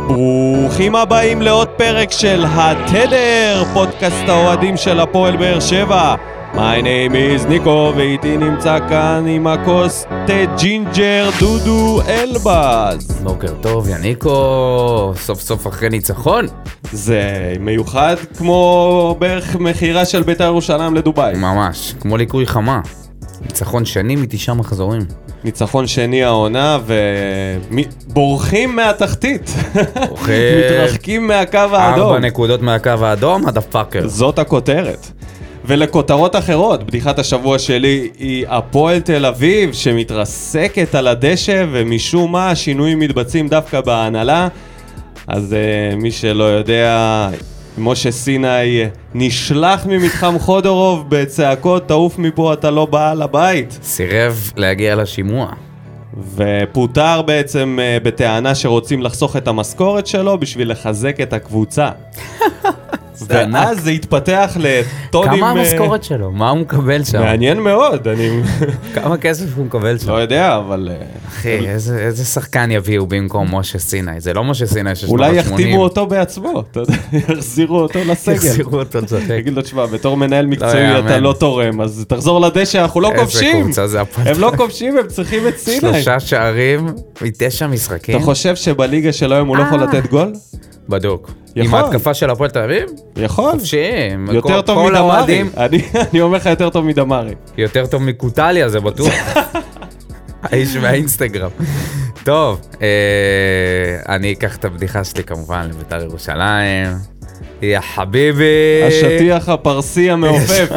ברוכים הבאים לעוד פרק של התדר, פודקאסט האוהדים של הפועל באר שבע. My name is ניקו, ואיתי נמצא כאן עם הכוס ג'ינג'ר דודו אלבאז. בוקר טוב, יניקו, סוף סוף אחרי ניצחון. זה מיוחד כמו בערך מחירה של בית"ר ירושלים לדובאי. ממש, כמו ליקוי חמה. ניצחון שני מ9 מחזורים. ניצחון שני העונה ובורחים מהתחתית. מתרחקים מהקו האדום. 4 נקודות מהקו האדום, הדפאקר. זאת הכותרת. ולכותרות אחרות, בדיחת השבוע שלי היא הפועל תל אביב שמתרסקת על הדשא, ומשום מה השינויים מתבצעים דווקא בהנהלה. אז מי שלא יודע, משה סיני נשלח ממתחם חודורוב בצעקות, תעוף מפה, אתה לא בעל הבית. סירב להגיע לשימוע. ופוטר בעצם בטענה שרוצים לחסוך את המשכורת שלו בשביל לחזק את הקבוצה. ואז זה התפתח לטונים... כמה המשכורת שלו? מה הוא מקבל שם? מעניין מאוד, כמה כסף הוא מקבל שם? לא יודע, אבל... אחי, איזה שחקן יביאו במקום משה סיני? זה לא משה סיני שיש לו אולי יחתימו אותו בעצמו, אתה יודע, יחזירו אותו לסגל. יחזירו אותו לסגל. תגיד לו, תשמע, בתור מנהל מקצועי אתה לא תורם, אז תחזור לדשא, אנחנו לא כובשים. איזה קבוצה זה הפועל. הם לא כובשים, הם צריכים את סיני. 3 שערים מ9 משחקים. אתה חושב שבליגה של היום הוא לא יכול לתת גול? בדוק. יכול. עם ההתקפה של הפועל תל אביב? יכול. חופשיים. יותר טוב מדמרי. אני אומר לך יותר טוב מדמרי. יותר טוב מקוטליה, זה בטוח. האיש מהאינסטגרם. טוב, אני אקח את הבדיחה שלי כמובן לבית"ר ירושלים. יא חביבי. השטיח הפרסי המעופף.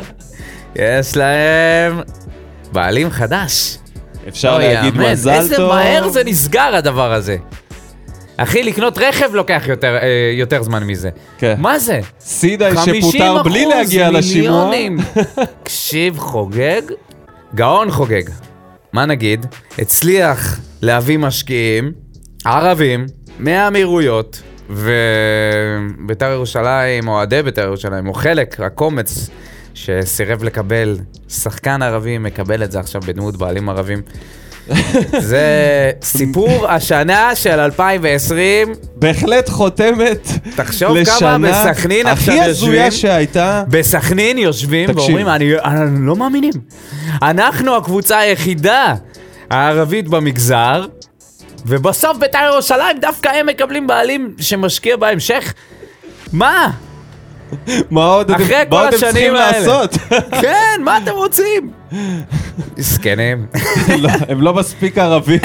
יש להם בעלים חדש. אפשר להגיד מזל טוב. איזה מהר זה נסגר הדבר הזה. אחי, לקנות רכב לוקח יותר זמן מזה. כן. מה זה? סידי שפוטר בלי להגיע לשימוע. קשיב, חוגג, גאון חוגג. מה נגיד? הצליח להביא משקיעים ערבים מהאמירויות, ובית"ר ירושלים, אוהדי בית"ר ירושלים, או חלק, הקומץ שסירב לקבל שחקן ערבי, מקבל את זה עכשיו בדמות בעלים ערבים. זה סיפור השנה של 2020. בהחלט חותמת לשנה. תחשוב כמה בסכנין עכשיו יושבים. הכי הזויה שהייתה. בסכנין יושבים ואומרים, אני לא מאמינים. אנחנו הקבוצה היחידה הערבית במגזר, ובסוף בית"ר ירושלים דווקא הם מקבלים בעלים שמשקיע בהמשך. מה? מה עוד הם צריכים לעשות? כן, מה אתם רוצים? סקנים. הם לא מספיק ערבים.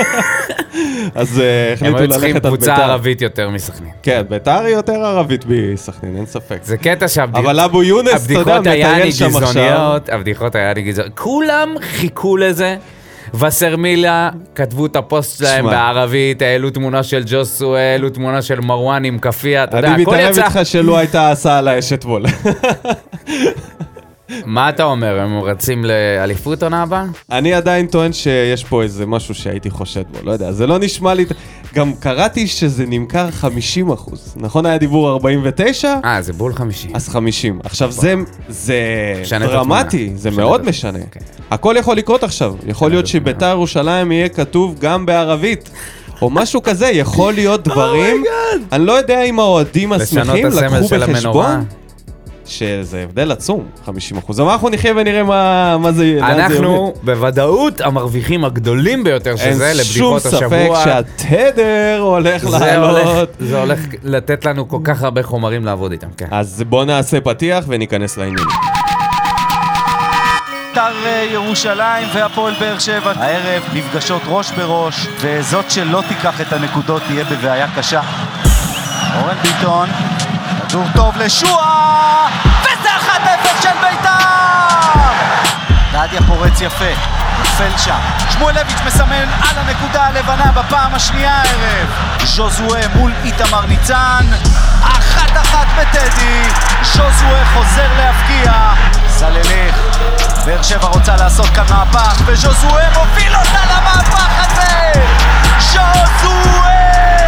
אז החליטו ללכת על בית"ר. הם צריכים קבוצה ערבית יותר מסכנין. כן, בית"ר היא יותר ערבית מסכנין, אין ספק. זה קטע אבל אבו יונס, אתה יודע, מטייל שם עכשיו. הבדיחות היה לי גזעוניות. כולם חיכו לזה. וסרמילה כתבו את הפוסט שלהם בערבית, העלו תמונה של ג'וסו, העלו תמונה של מרואן עם כפיה, אתה יודע, הכל יצא. אני מתערב איתך שלא הייתה עשה על האש אתמול. מה אתה אומר, הם רצים לאליפות עונה הבאה? אני עדיין טוען שיש פה איזה משהו שהייתי חושד בו, לא יודע, זה לא נשמע לי... גם קראתי שזה נמכר 50%, נכון היה דיבור 49? זה בול 50. אז 50. עכשיו זה דרמטי, זה מאוד משנה. הכל יכול לקרות עכשיו, יכול להיות שבית"ר ירושלים יהיה כתוב גם בערבית, או משהו כזה, יכול להיות דברים, אני לא יודע אם האוהדים השמחים לקחו בחשבון, שזה הבדל עצום, 50%. אבל אנחנו נחיה ונראה מה זה... אנחנו בוודאות המרוויחים הגדולים ביותר שזה לבדיחות השבוע. אין שום ספק שהתדר הולך לעלות. זה הולך לתת לנו כל כך הרבה חומרים לעבוד איתם, כן. אז בוא נעשה פתיח וניכנס לעניין. בית"ר ירושלים והפועל באר שבע הערב נפגשות ראש בראש, וזאת שלא תיקח את הנקודות תהיה בבעיה קשה. אורן ביטון, כדור טוב לשועה, וזה 1-0 של בית"ר! דדיה פורץ יפה, נופל שם, שמואלביץ' מסמן על הנקודה הלבנה בפעם השנייה הערב. ז'וזואה מול איתמר ניצן, 1-1 בטדי, ז'וזואה חוזר להפקיע, סלליך, באר שבע רוצה לעשות כאן מהפך, וז'וזואה מוביל אותה למהפך הזה! ז'וזואה!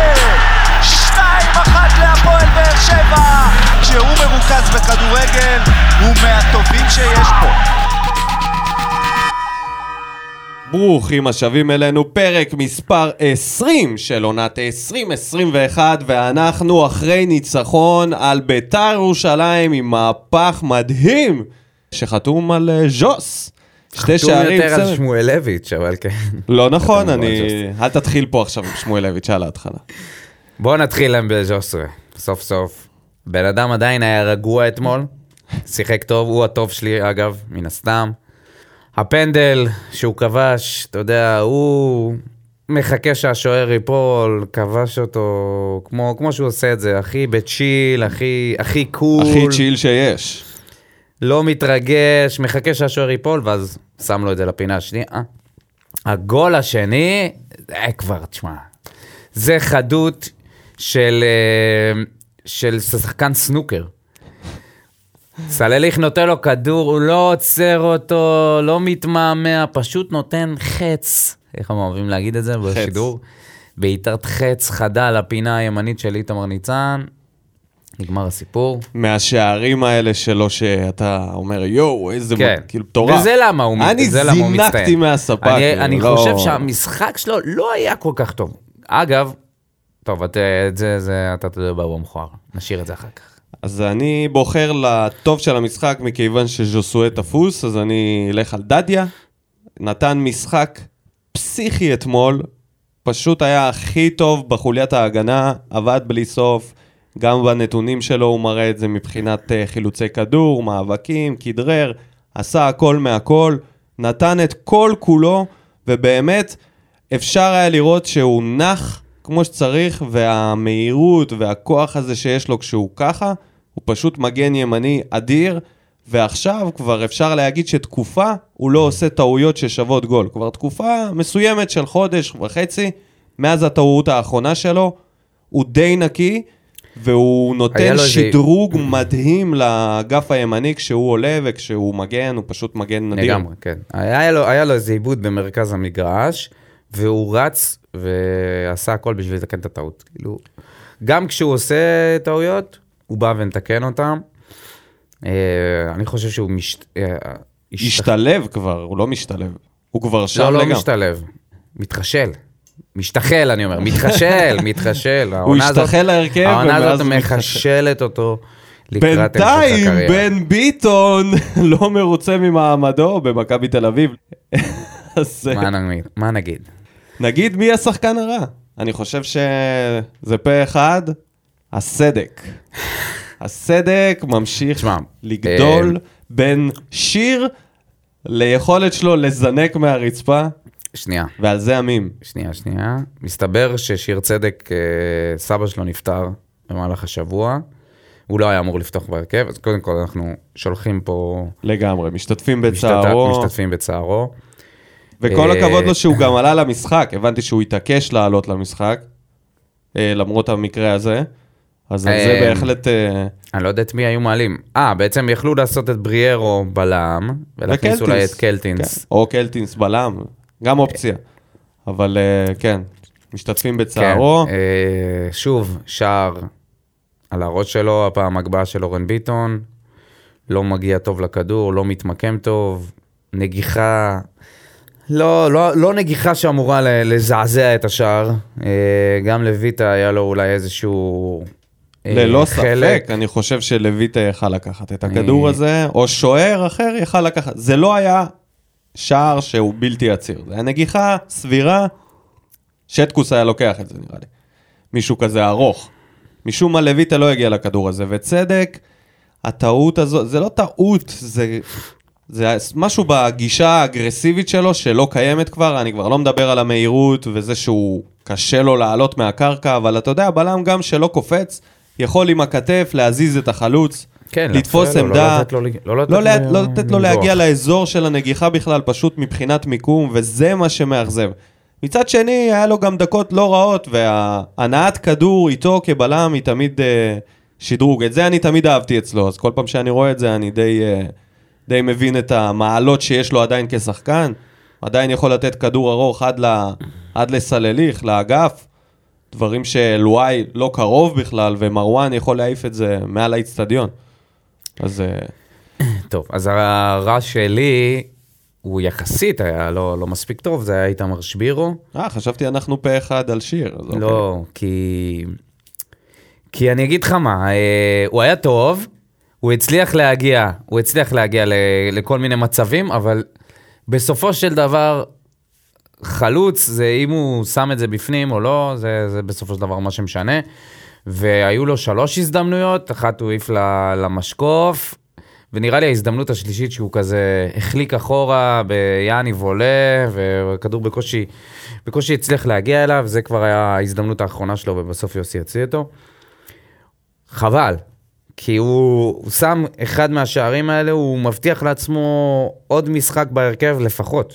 2-1 להפועל באר שבע, כשהוא מרוכז בכדורגל, הוא מהטובים שיש פה. ברוכים השבים אלינו, פרק מספר 20 של עונת 2021, ואנחנו אחרי ניצחון על בית"ר ירושלים עם מהפך מדהים שחתום על ז'וס. חתום יותר על שמואלביץ', אבל כן. לא נכון, אל תתחיל פה עכשיו עם שמואלביץ' על ההתחלה. בואו נתחיל להם בז'וסרה, סוף סוף. בן אדם עדיין היה רגוע אתמול, שיחק טוב, הוא הטוב שלי אגב, מן הסתם. הפנדל שהוא כבש, אתה יודע, הוא מחכה שהשוער ייפול, כבש אותו כמו שהוא עושה את זה, הכי בצ'יל, הכי קול. הכי צ'יל שיש. לא מתרגש, מחכה שהשוער ייפול, ואז שם לו את זה לפינה השנייה. הגול השני, כבר, תשמע, זה חדות של שחקן סנוקר. סלליך נותן לו כדור, הוא לא עוצר אותו, לא מתמהמה, פשוט נותן חץ, איך הם אוהבים להגיד את זה בשידור? בעיטת חץ חדה לפינה הימנית של איתמר ניצן, נגמר הסיפור. מהשערים האלה שלו שאתה אומר, יואו, איזה כאילו פתורה. וזה למה הוא מצטיין. אני זינקתי מהספק. אני חושב שהמשחק שלו לא היה כל כך טוב. אגב, טוב, את זה אתה תדבר במכוער, נשאיר את זה אחר כך. אז אני בוחר לטוב של המשחק, מכיוון שז'וסואה תפוס, אז אני אלך על דדיה. נתן משחק פסיכי אתמול, פשוט היה הכי טוב בחוליית ההגנה, עבד בלי סוף, גם בנתונים שלו הוא מראה את זה מבחינת חילוצי כדור, מאבקים, כדרר, עשה הכל מהכל, נתן את כל כולו, ובאמת אפשר היה לראות שהוא נח כמו שצריך, והמהירות והכוח הזה שיש לו כשהוא ככה, הוא פשוט מגן ימני אדיר, ועכשיו כבר אפשר להגיד שתקופה הוא לא עושה טעויות ששוות גול. כבר תקופה מסוימת של חודש וחצי, מאז הטעות האחרונה שלו, הוא די נקי, והוא נותן שדרוג מדהים לאגף הימני כשהוא עולה, וכשהוא מגן, הוא פשוט מגן נדיר. לגמרי, כן. היה לו איזה עיבוד במרכז המגרש, והוא רץ ועשה הכל בשביל לתקן את הטעות. כאילו, גם כשהוא עושה טעויות, הוא בא ונתקן אותם. אני חושב שהוא השתלב כבר, הוא לא משתלב. הוא כבר שם לגמרי. לא משתלב, מתחשל. משתחל, אני אומר, מתחשל. הוא השתחל להרכב. העונה הזאת מחשלת אותו לקראת המשך הקריירה. בינתיים בן ביטון לא מרוצה ממעמדו במכבי תל אביב. מה נגיד? נגיד מי השחקן הרע. אני חושב שזה פה אחד, הסדק. הסדק ממשיך לגדול בין שיר ליכולת שלו לזנק מהרצפה. שנייה. ועל זה המים. שנייה. מסתבר ששיר צדק, סבא שלו נפטר במהלך השבוע. הוא לא היה אמור לפתוח בהרכב, אז קודם כל אנחנו שולחים פה... לגמרי, משתתפים בצערו. וכל הכבוד לו שהוא גם עלה למשחק, הבנתי שהוא התעקש לעלות למשחק, למרות המקרה הזה, אז על זה בהחלט... אני לא יודעת מי היו מעלים. בעצם יכלו לעשות את בריארו בלם, ולהכניס אולי את קלטינס. או קלטינס בלם, גם אופציה. אבל כן, משתתפים בצערו. שוב, שער על הראש שלו, הפעם הגבהה של אורן ביטון, לא מגיע טוב לכדור, לא מתמקם טוב, נגיחה... לא נגיחה שאמורה לזעזע את השער, גם לויטה היה לו אולי איזשהו ללא ספק, אני חושב שלויטה יכל לקחת את הכדור הזה, או שוער אחר יכל לקחת, זה לא היה שער שהוא בלתי עציר, זה היה נגיחה סבירה, שטקוס היה לוקח את זה נראה לי, מישהו כזה ארוך, משום מה לויטה לא הגיע לכדור הזה, וצדק, הטעות הזאת, זה לא טעות, זה משהו בגישה האגרסיבית שלו, שלא קיימת כבר, אני כבר לא מדבר על המהירות, וזה שהוא קשה לו לעלות מהקרקע, אבל אתה יודע, בלם גם שלא קופץ, יכול עם הכתף להזיז את החלוץ, כן, לתפוס עמדה, לא לתת לו להגיע לאזור של הנגיחה בכלל, פשוט מבחינת מיקום, וזה מה שמאכזב. מצד שני, היה לו גם דקות לא רעות, והנעת כדור איתו כבלם היא תמיד שדרוג. את זה אני תמיד אהבתי אצלו, אז כל פעם שאני רואה את זה, אני די מבין את המעלות שיש לו עדיין כשחקן, עדיין יכול לתת כדור ארוך עד לסלליך, לאגף, דברים שלואי לא קרוב בכלל, ומרואן יכול להעיף את זה מעל האצטדיון. אז... טוב, אז הרע שלי, הוא יחסית היה לא מספיק טוב, זה היה איתמר שבירו. חשבתי אנחנו פה אחד על שיר. לא, כי אני אגיד לך מה, הוא היה טוב, הוא הצליח להגיע לכל מיני מצבים, אבל בסופו של דבר, חלוץ, זה אם הוא שם את זה בפנים או לא, זה בסופו של דבר מה שמשנה. והיו לו 3 הזדמנויות, אחת הוא העיף למשקוף, ונראה לי ההזדמנות השלישית שהוא כזה החליק אחורה ביאני וולה, וכדור בקושי הצליח להגיע אליו, זה כבר היה ההזדמנות האחרונה שלו, ובסוף יוסי יציא אותו. חבל, כי הוא שם אחד מהשערים האלה, הוא מבטיח לעצמו עוד משחק בהרכב לפחות.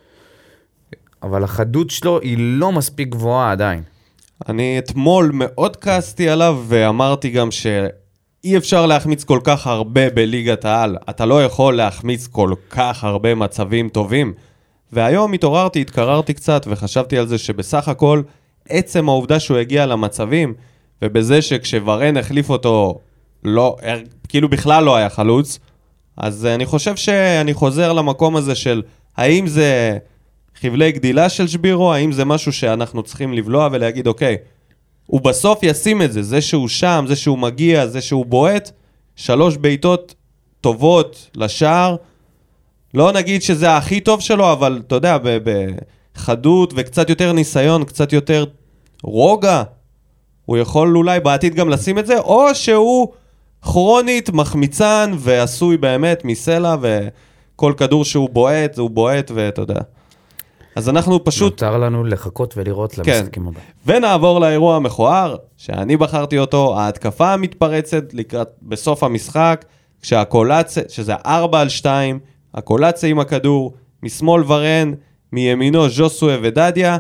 אבל החדות שלו היא לא מספיק גבוהה עדיין. אני אתמול מאוד כעסתי עליו, ואמרתי גם שאי אפשר להחמיץ כל כך הרבה בליגת העל. אתה לא יכול להחמיץ כל כך הרבה מצבים טובים. והיום התקררתי קצת, וחשבתי על זה שבסך הכל, עצם העובדה שהוא הגיע למצבים, ובזה שכשוורן החליף אותו, כאילו בכלל לא היה חלוץ, אז אני חושב שאני חוזר למקום הזה של האם זה חבלי גדילה של שבירו, האם זה משהו שאנחנו צריכים לבלוע ולהגיד, אוקיי, הוא בסוף ישים את זה, זה שהוא שם, זה שהוא מגיע, זה שהוא בועט, 3 בעיטות טובות לשער, לא נגיד שזה הכי טוב שלו, אבל אתה יודע, בחדות וקצת יותר ניסיון, קצת יותר רוגע, הוא יכול אולי בעתיד גם לשים את זה, או שהוא כרונית, מחמיצן, ועשוי באמת מסלע, וכל כדור שהוא בועט, הוא בועט, ואתה יודע. אז אנחנו פשוט... נותר לנו לחכות ולראות למשחקים הבאים. ונעבור לאירוע המכוער, שאני בחרתי אותו, ההתקפה המתפרצת בסוף המשחק, כשהקולציה, שזה 4-2, הקולציה עם הכדור, משמאל ורן, מימינו ז'וסואה ודדיה,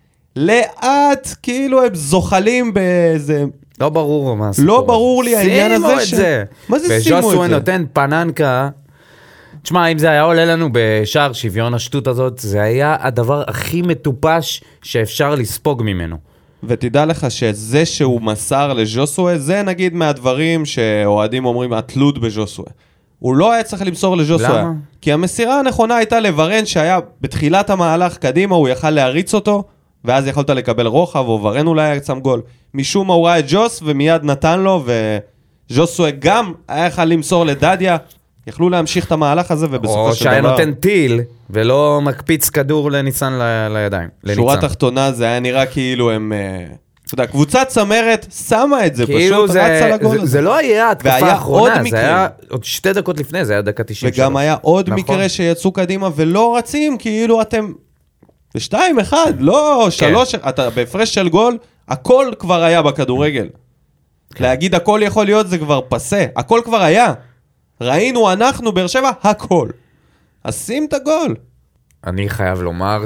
לאט, כאילו הם זוחלים באיזה... לא ברור מה הסיפור. לא ברור לי העניין הזה שימו את זה. מה זה שימו את זה? וז'וסואה נותן פננקה. תשמע, אם זה היה עולה לנו בשער שוויון השטות הזאת, זה היה הדבר הכי מטופש שאפשר לספוג ממנו. ותדע לך שזה שהוא מסר לז'וסואה, זה נגיד מהדברים שאוהדים אומרים, התלות בז'וסואה. הוא לא היה צריך למסור לז'וסואה. למה? כי המסירה הנכונה הייתה לוורן שהיה בתחילת המהלך קדימה, הוא יכל להריץ אותו, ואז יכולת לקבל רוחב, או ורן אולי היה שם גול. משום מה הוא ראה את ג'וס, ומיד נתן לו, וז'וסואה גם היה יכול למסור לדדיה, יכלו להמשיך את המהלך הזה, ובסופו של דבר... או שהיה נותן טיל, ולא מקפיץ כדור לניצן לידיים. שורה תחתונה, זה היה נראה כאילו הם... אתה יודע, קבוצת צמרת שמה את זה, פשוט רצה לגול הזה. זה לא היה התקפה האחרונה, זה היה עוד 2 דקות לפני, זה היה דקה 90. וגם היה עוד מקרה שיצאו קדימה ולא רצים, כאילו אתם... ב2-1, לא 3, אתה בהפרש של גול, הכל כבר היה בכדורגל. להגיד הכל יכול להיות זה כבר פסה, הכל כבר היה. ראינו אנחנו באר שבע, הכל. אז שים את הגול. אני חייב לומר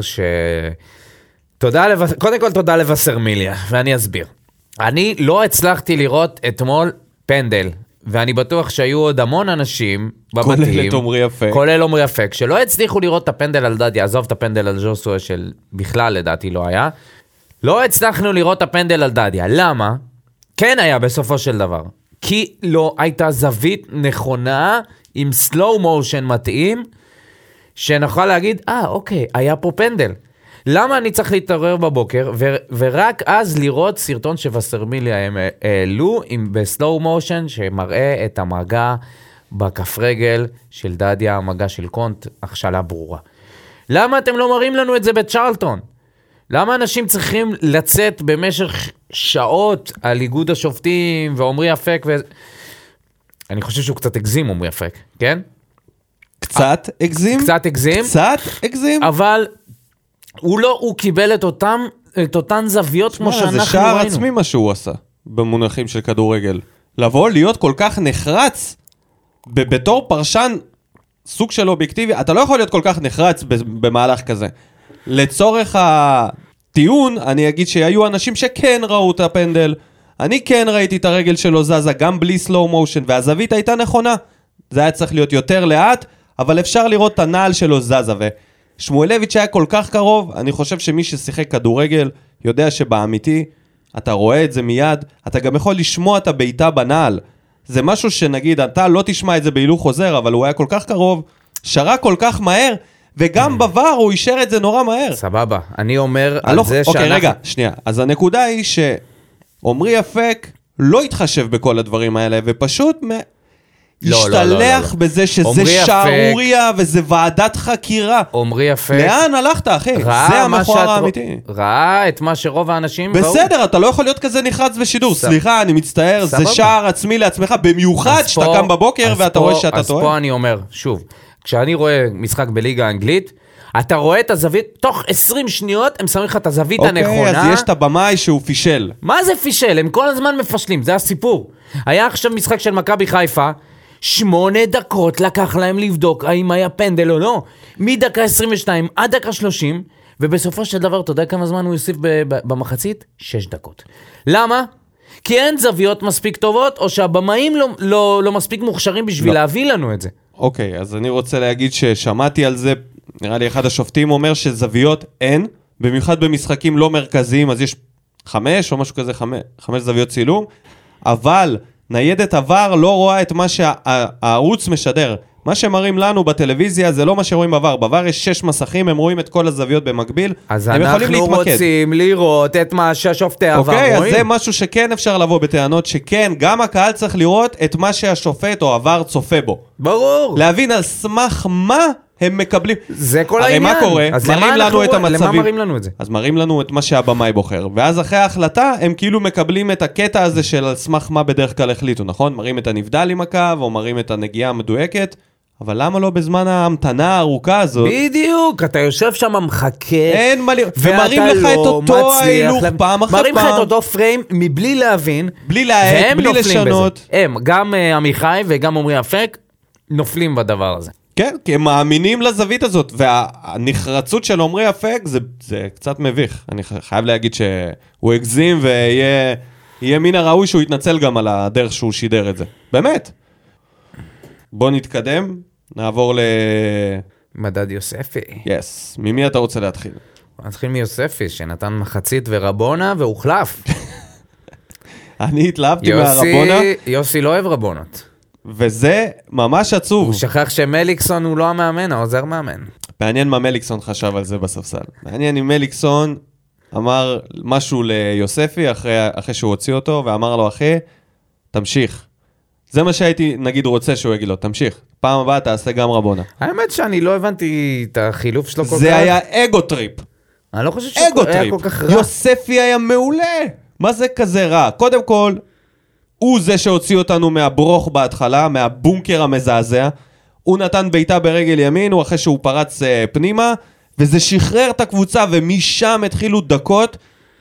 קודם כל תודה לווסרמיליה, ואני אסביר. אני לא הצלחתי לראות אתמול פנדל, ואני בטוח שהיו עוד המון אנשים בבתים, כולל את עומרי אפק. כולל עומרי אפק, שלא הצליחו לראות את הפנדל על דדיה, עזוב את הפנדל על ז'וסואה של בכלל לדעתי לא היה. לא הצלחנו לראות את הפנדל על דדיה. למה? כן היה בסופו של דבר. כי לא הייתה זווית נכונה עם slow motion מתאים, שנוכל להגיד, אוקיי, היה פה פנדל. למה אני צריך להתעורר בבוקר, ורק אז לראות סרטון שווסרמיליה הם העלו, בסלואו מושן, שמראה את המגע בכף רגל של דדיה, המגע של קונט, הכשלה ברורה. למה אתם לא מראים לנו את זה בצ'רלטון? למה אנשים צריכים לצאת במשך שעות על איגוד השופטים, ועומרי אפק, אני חושב שהוא קצת הגזים, עומרי אפק, כן? קצת הגזים? קצת הגזים. קצת הגזים? אבל... הוא קיבל את אותן זוויות כמו שאנחנו ראינו. זה שער עצמי מה שהוא עשה, במונחים של כדורגל. לבוא להיות כל כך נחרץ, בתור פרשן סוג של אובייקטיבי, אתה לא יכול להיות כל כך נחרץ במהלך כזה. לצורך הטיעון, אני אגיד שהיו אנשים שכן ראו את הפנדל, אני כן ראיתי את הרגל שלו זזה, גם בלי סלואו מושן, והזווית הייתה נכונה. זה היה צריך להיות יותר לאט, אבל אפשר לראות את הנעל שלו זזה, שמואלביץ' היה כל כך קרוב, אני חושב שמי ששיחק כדורגל יודע שבאמיתי, אתה רואה את זה מיד, אתה גם יכול לשמוע את הבעיטה בנעל. זה משהו שנגיד, אתה לא תשמע את זה בהילוך חוזר, אבל הוא היה כל כך קרוב, שרה כל כך מהר, וגם בבר הוא אישר את זה נורא מהר. סבבה, אני אומר על זה שאנחנו... אוקיי, רגע, שנייה. אז הנקודה היא שעומרי אפק לא התחשב בכל הדברים האלה, ופשוט השתלח בזה שזה שערוריה וזה ועדת חקירה. עומרי אפק... לאן הלכת, אחי? זה המכוער האמיתי. ראה את מה שרוב האנשים... בסדר, אתה לא יכול להיות כזה נחרץ בשידור. סליחה, אני מצטער, זה שער עצמי לעצמך, במיוחד שאתה קם בבוקר ואתה רואה שאתה טועה. אז פה אני אומר, שוב, כשאני רואה משחק בליגה האנגלית, אתה רואה את הזווית, תוך 20 שניות הם שמים לך את הזווית הנכונה. אוקיי, אז יש את הבמאי שהוא פישל. מה זה פישל? הם כל הזמן מפשלים, זה הסיפור. היה עכשיו משחק של מכבי חיפה, 8 דקות לקח להם לבדוק האם היה פנדל או לא. מדקה 22 עד דקה 30, ובסופו של דבר, אתה יודע כמה זמן הוא יוסיף במחצית? 6 דקות. למה? כי אין זוויות מספיק טובות, או שהבמאים לא מספיק מוכשרים בשביל להביא לנו את זה. אוקיי, אז אני רוצה להגיד ששמעתי על זה, נראה לי אחד השופטים אומר שזוויות אין, במיוחד במשחקים לא מרכזיים, אז יש 5 או משהו כזה, 5 זוויות צילום, אבל ניידת עבר לא רואה את מה שהערוץ משדר. מה שמראים לנו בטלוויזיה זה לא מה שרואים בעבר. בעבר יש 6 מסכים, הם רואים את כל הזוויות במקביל. אז אנחנו רוצים לראות את מה שהשופטי עבר רואים. אוקיי, אז זה משהו שכן אפשר לבוא בטענות, שכן, גם הקהל צריך לראות את מה שהשופט או עבר צופה בו. ברור. להבין על סמך מה הם מקבלים. זה כל העניין. הרי מה קורה? מראים לנו את המצבים. למה מראים לנו את זה? אז מראים לנו את מה שהבמאי בוחר. ואז אחרי ההחלטה, הם כאילו מקבלים את הקטע הזה של על סמך מה בדרך כלל החליטו, נכון? מראים את הנבדל עם הקו, או מראים את הנגיעה המדויקת. אבל למה לא בזמן ההמתנה הארוכה הזאת? בדיוק, אתה יושב שם מחכה. אין מה לראות. ומראים לך את אותו ההילוך פעם אחת פעם. מראים לך את אותו פריים מבלי להבין. בלי להעט, בלי לשנות. הם, גם עמיחי וגם עומרי אפק, נופלים בדבר הזה. כן, כי הם מאמינים לזווית הזאת, והנחרצות של עומרי אפק זה קצת מביך. אני חייב להגיד שהוא הגזים ויהיה מן הראוי שהוא יתנצל גם על הדרך שהוא שידר את זה. באמת. בוא נתקדם, נעבור מדד יוספי. יס, ממי אתה רוצה להתחיל? נתחיל מיוספי, שנתן מחצית ורבונה והוחלף. אני התלהבתי מהרבונה. יוסי לא אוהב רבונות. וזה ממש עצוב. הוא שכח שמליקסון הוא לא המאמן, העוזר מאמן. מעניין מה מליקסון חשב על זה בספסל. מעניין אם מליקסון אמר משהו ליוספי אחרי שהוא הוציא אותו, ואמר לו, אחי, תמשיך. זה מה שהייתי, נגיד, רוצה שהוא יגיד לו, תמשיך. פעם הבאה תעשה גם רבונה. האמת שאני לא הבנתי את החילוף שלו כל כך. זה היה אגו טריפ. אני לא חושב שהוא היה כל כך רע. יוספי היה מעולה. מה זה כזה רע? קודם כל, הוא זה שהוציא אותנו מהברוך בהתחלה, מהבונקר המזעזע. הוא נתן ביתה ברגל ימין, הוא אחרי שהוא פרץ פנימה, וזה שחרר את הקבוצה, ומשם התחילו דקות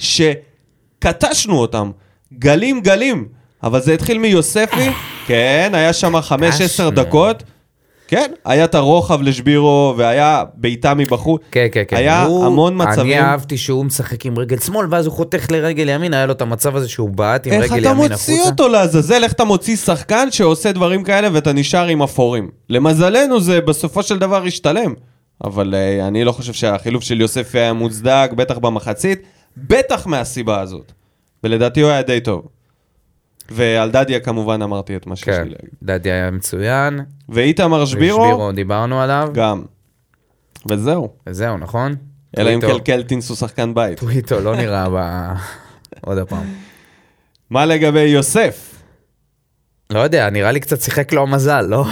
שקטשנו אותם. גלים. אבל זה התחיל מיוספי, כן, היה שם 5-10 דקות, כן, היה את הרוחב לשבירו, והיה ביתה מבחוץ, כן. היה המון מצבים. אני אהבתי שהוא משחק עם רגל שמאל, ואז הוא חותך לרגל ימין, היה לו את המצב הזה שהוא בעט עם רגל ימין החוצה. איך אתה מוציא אותו לעזאזל? איך אתה מוציא שחקן שעושה דברים כאלה, ואתה נשאר עם אפורים? למזלנו זה בסופו של דבר השתלם, אבל אני לא חושב שהחילוף של יוספי היה מוצדק, בטח במחצית, בטח מהסיבה הזאת, ולדעתי הוא היה די טוב. ועל דדיה כמובן אמרתי את מה שיש לי להגיד. דדיה היה מצוין. ואיתמר שבירו, דיברנו עליו. גם. וזהו, נכון? אלא אם קלקלטינס הוא שחקן בית. טוויטו לא נראה עוד הפעם. מה לגבי יוסף? לא יודע, נראה לי קצת שיחק לו מזל, לא?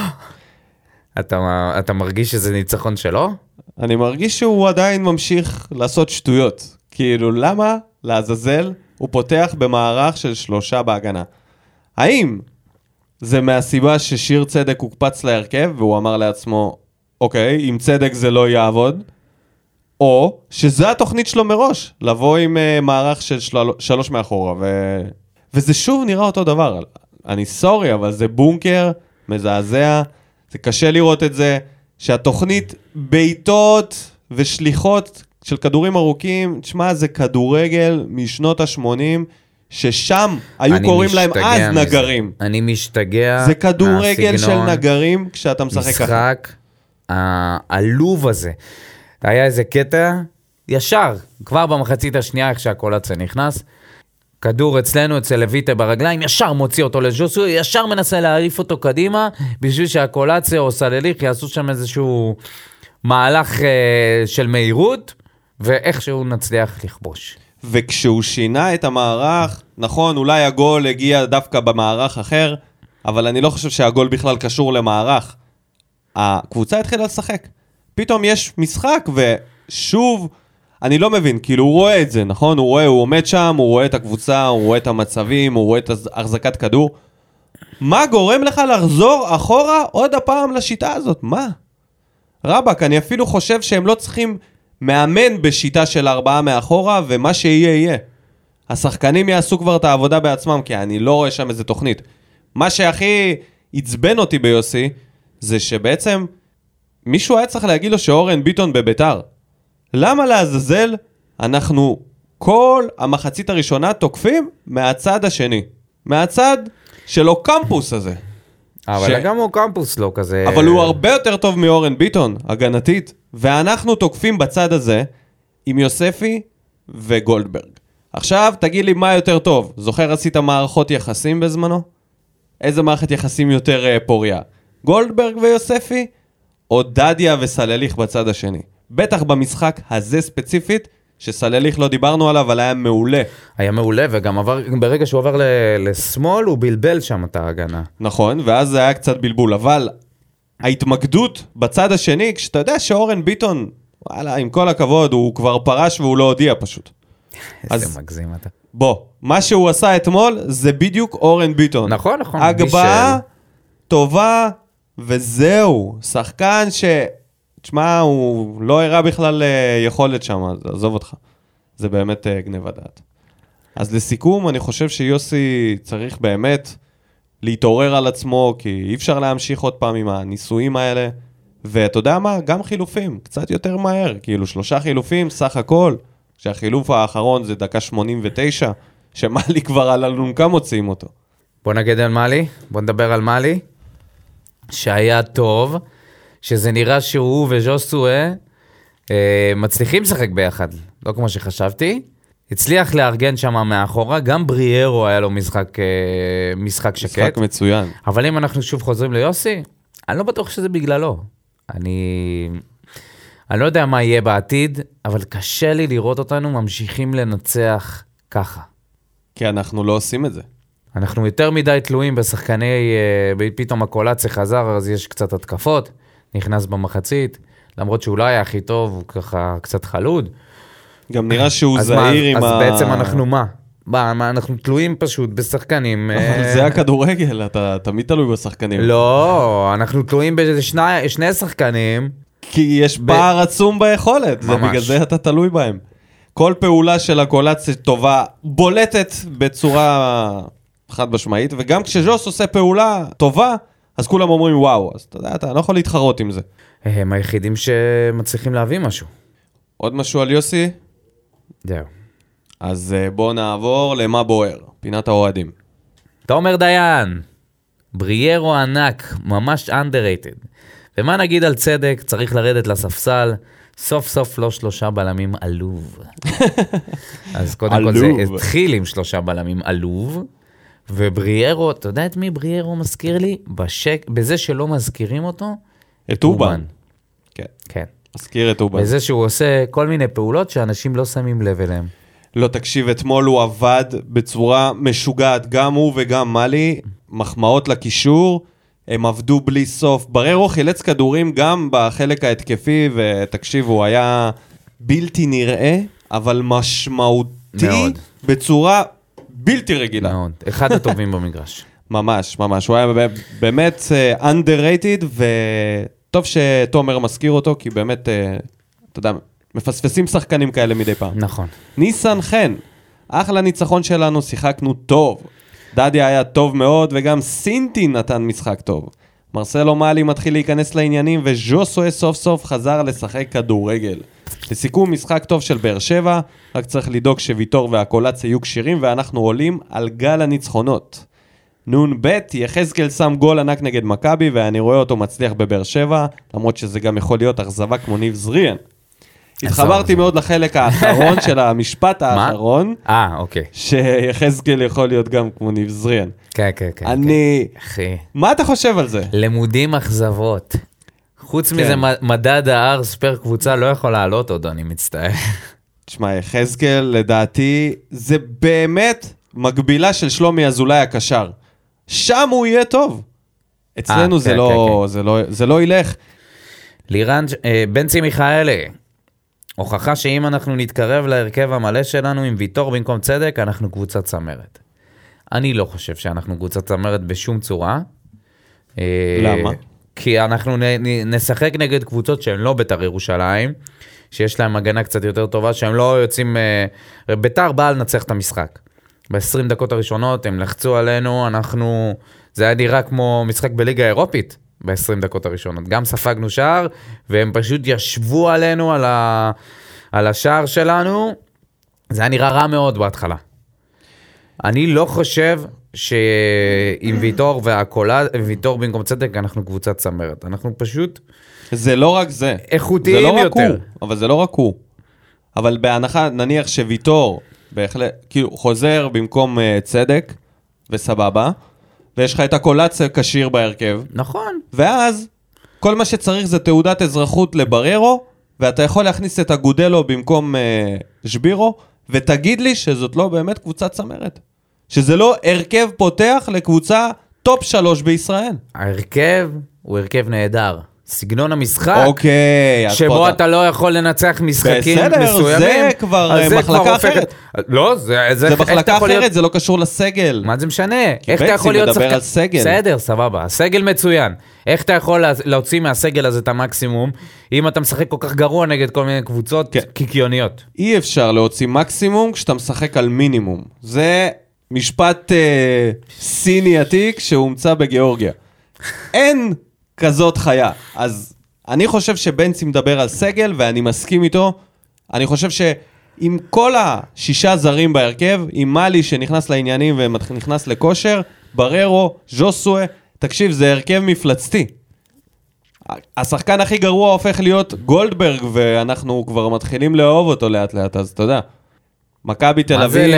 אתה מרגיש שזה ניצחון שלו? אני מרגיש שהוא עדיין ממשיך לעשות שטויות. כאילו, למה לעזאזל הוא פותח במערך של 3 בהגנה? האם זה מהסיבה ששיר צדק הוקפץ להרכב, והוא אמר לעצמו, אוקיי, עם צדק זה לא יעבוד, או שזה התוכנית שלו מראש, לבוא עם מערך של 3 מאחורה, וזה שוב נראה אותו דבר. אני סורי, אבל זה בונקר מזעזע, זה קשה לראות את זה, שהתוכנית בעיטות ושליחות של כדורים ארוכים, תשמע, זה כדורגל משנות ה-80, ששם היו קוראים להם אז נגרים. אני משתגע. זה כדורגל של נגרים כשאתה משחק ככה. משחק העלוב הזה. היה איזה קטע, ישר, כבר במחצית השנייה, איך שהקולציה נכנס, כדור אצלנו, אצל לויטה ברגליים, ישר מוציא אותו לג'וסו, ישר מנסה להעריף אותו קדימה, בשביל שהקולציה או סלליך יעשו שם איזשהו מהלך של מהירות, ואיכשהו נצליח לכבוש. וכשהוא שינה את המערך, נכון, אולי הגול הגיע דווקא במערך אחר, אבל אני לא חושב שהגול בכלל קשור למערך. הקבוצה התחילה לשחק. פתאום יש משחק, ושוב, אני לא מבין, כאילו הוא רואה את זה, נכון? הוא עומד שם, הוא רואה את הקבוצה, הוא רואה את המצבים, הוא רואה את החזקת כדור. מה גורם לך לחזור אחורה עוד הפעם לשיטה הזאת? מה? רבק, אני אפילו חושב שהם לא צריכים מאמן בשיטה של 4 מאחורה, ומה שיהיה יהיה. השחקנים יעשו כבר את העבודה בעצמם, כי אני לא רואה שם איזה תוכנית. מה שהכי עצבן אותי ביוסי, זה שבעצם מישהו היה צריך להגיד לו שאורן ביטון בביתר. למה לעזאזל אנחנו כל המחצית הראשונה תוקפים מהצד השני? מהצד שלו קמפוס הזה. אבל גם הוא קמפוס לא כזה... אבל הוא הרבה יותר טוב מאורן ביטון, הגנתית. ואנחנו תוקפים בצד הזה עם יוספי וגולדברג. עכשיו תגיד לי מה יותר טוב. זוכר עשית מערכות יחסים בזמנו? איזה מערכת יחסים יותר פוריה? גולדברג ויוספי? או דדיה וסלליך בצד השני? בטח במשחק הזה ספציפית, שסלליך לא דיברנו עליו, אבל היה מעולה. היה מעולה, וגם ברגע שהוא עבר לשמאל, הוא בלבל שם את ההגנה. נכון, ואז זה היה קצת בלבול, אבל ההתמקדות בצד השני, כשאתה יודע שאורן ביטון, וואלה, עם כל הכבוד, הוא כבר פרש והוא לא הודיע פשוט. איזה מגזים אתה. בוא, מה שהוא עשה אתמול, זה בדיוק אורן ביטון. נכון. הגבהה, טובה, וזהו. שחקן תשמע, הוא לא הראה בכלל יכולת שם, אז עזוב אותך. זה באמת גניבת דעת. אז לסיכום, אני חושב שיוסי צריך באמת להתעורר על עצמו, כי אי אפשר להמשיך עוד פעם עם הניסויים האלה, ואתה יודע מה? גם חילופים, קצת יותר מהר, כאילו 3 חילופים, סך הכל, שהחילוף האחרון זה דקה 89, שמאלי כבר על אלונקה מוציאים אותו. בוא נגיד על מאלי, בוא נדבר על מאלי, שהיה טוב, שזה נראה שהוא וז'וסואה מצליחים לשחק ביחד, לא כמו שחשבתי. הצליח לארגן שם מאחורה, גם בריארו היה לו משחק שקט. משחק מצוין. אבל אם אנחנו שוב חוזרים ליוסי, אני לא בטוח שזה בגללו. אני לא יודע מה יהיה בעתיד, אבל קשה לי לראות אותנו ממשיכים לנצח ככה. כי אנחנו לא עושים את זה. אנחנו יותר מדי תלויים בשחקני, פתאום הקולציה חזר, אז יש קצת התקפות. נכנס במחצית, למרות שהוא לא היה הכי טוב, הוא ככה קצת חלוד. גם נראה שהוא זהיר עם אז בעצם אנחנו מה? אנחנו תלויים פשוט בשחקנים. אבל זה הכדורגל, אתה תמיד תלוי בשחקנים. לא, אנחנו תלויים בשני שחקנים. כי יש פער עצום ביכולת, ובגלל זה אתה תלוי בהם. כל פעולה של הקולציה טובה, בולטת בצורה חד משמעית, וגם כשז'וס עושה פעולה טובה, אז כולם אומרים וואו, אז אתה יודע, אתה לא יכול להתחרות עם זה. הם היחידים שמצליחים להביא משהו. עוד משהו על יוסי? זהו. אז בואו נעבור למה בוער, פינת האוהדים. תומר דיין, בריארו ענק, ממש underrated. ומה נגיד על צדק, צריך לרדת לספסל, סוף סוף לא 3 בלמים עלוב. אז קודם כל זה התחיל עם 3 בלמים עלוב, ובריארו, אתה יודע את מי בריארו מזכיר לי? בזה שלא מזכירים אותו? את אובן. כן. מזכיר את אובן. בזה שהוא עושה כל מיני פעולות שאנשים לא שמים לב אליהם. לא, תקשיב, אתמול הוא עבד בצורה משוגעת, גם הוא וגם מאלי, מחמאות לקישור, הם עבדו בלי סוף. בררו חילץ כדורים גם בחלק ההתקפי, ותקשיב, הוא היה בלתי נראה, אבל משמעותי מאוד. בצורה בלתי רגילה. מאוד, אחד הטובים במגרש. ממש, ממש, הוא היה באמת underrated, וטוב שתומר מזכיר אותו, כי באמת, אתה יודע, מפספסים שחקנים כאלה מדי פעם. נכון. ניסן חן, אחלה ניצחון שלנו, שיחקנו טוב. דדיה היה טוב מאוד, וגם סינטי נתן משחק טוב. מרסלו מאלי מתחיל להיכנס לעניינים, וז'וסואה סוף סוף חזר לשחק כדורגל. לסיכום, משחק טוב של באר שבע, רק צריך לדאוג שוויטור והקולץ יהיו קשירים, ואנחנו עולים על גל הניצחונות. נון בית, יחזקאל שם גול ענק נגד מכבי, ואני רואה אותו מצליח בבאר שבע, למרות שזה גם יכול להיות אכזבה כמו ניב זריאן. התחברתי מאוד לחלק האחרון של המשפט האחרון. אוקיי. שיחזקאל יכול להיות גם כמו ניב זריאן. כן. אני... מה אתה חושב על זה? למודים אכזבות. חוץ מזה, מדד הארס פר קבוצה לא יכול לעלות עוד, אני מצטער. תשמע, יחזקאל, לדעתי, זה באמת מקבילה של שלומי אזולאי הקשר. שם הוא יהיה טוב. אצלנו זה לא ילך. לירן, בנצי מיכאלי, הוכחה שאם אנחנו נתקרב להרכב המלא שלנו עם ויתור במקום צדק, אנחנו קבוצת צמרת. אני לא חושב שאנחנו קבוצת צמרת בשום צורה. למה? כי אנחנו נשחק נגד קבוצות שהן לא בית"ר ירושלים, שיש להם הגנה קצת יותר טובה, שהם לא יוצאים... בית"ר באה לנצח את המשחק. ב-20 דקות הראשונות הם לחצו עלינו, זה היה נראה כמו משחק בליגה האירופית, ב-20 דקות הראשונות. גם ספגנו שער, והם פשוט ישבו עלינו על השער שלנו. זה היה נראה רע מאוד בהתחלה. אני לא חושב שעם ויתור ויתור במקום צדק, אנחנו קבוצת צמרת. אנחנו פשוט... זה לא רק זה. איכותיים יותר. אבל זה לא רק הוא. אבל בהנחה, נניח שוויתור, כאילו חוזר במקום צדק, וסבבה, ויש לך את הקולציה קשיר בהרכב. נכון. ואז, כל מה שצריך זה תעודת אזרחות לבררו, ואתה יכול להכניס את הגודלו במקום שבירו, ותגיד לי שזאת לא באמת קבוצת צמרת. שזה לא הרכב פותח לקבוצה טופ 3 בישראל. ההרכב הוא הרכב נהדר. סגנון המשחק, אוקיי, שבו אתה לא יכול לנצח משחקים בסדר, מסוימים. זה כבר מחלקה אחרת. לא, זה מחלקה אחרת, זה לא קשור לסגל. מה זה משנה? איך אתה יכול להיות מדבר על סגל. בסדר, סבבה. הסגל מצוין. איך אתה יכול להוציא מהסגל הזה את המקסימום, אם אתה משחק כל כך גרוע נגד כל מיני קבוצות קיקיוניות? אי אפשר להוציא מקסימום כשאתה משחק על מינימום. זה משפט סיני עתיק שהומצא בגיאורגיה. אין כזאת חיה. אז אני חושב שבנצי מדבר על סגל, ואני מסכים איתו. אני חושב שעם כל 6 זרים בהרכב, עם מלי שנכנס לעניינים ונכנס לכושר, בררו, ז'וסואה, תקשיב, זה הרכב מפלצתי. השחקן הכי גרוע הופך להיות גולדברג, ואנחנו כבר מתחילים לאהוב אותו לאט לאט, אז אתה יודע. מכבי תל אביב,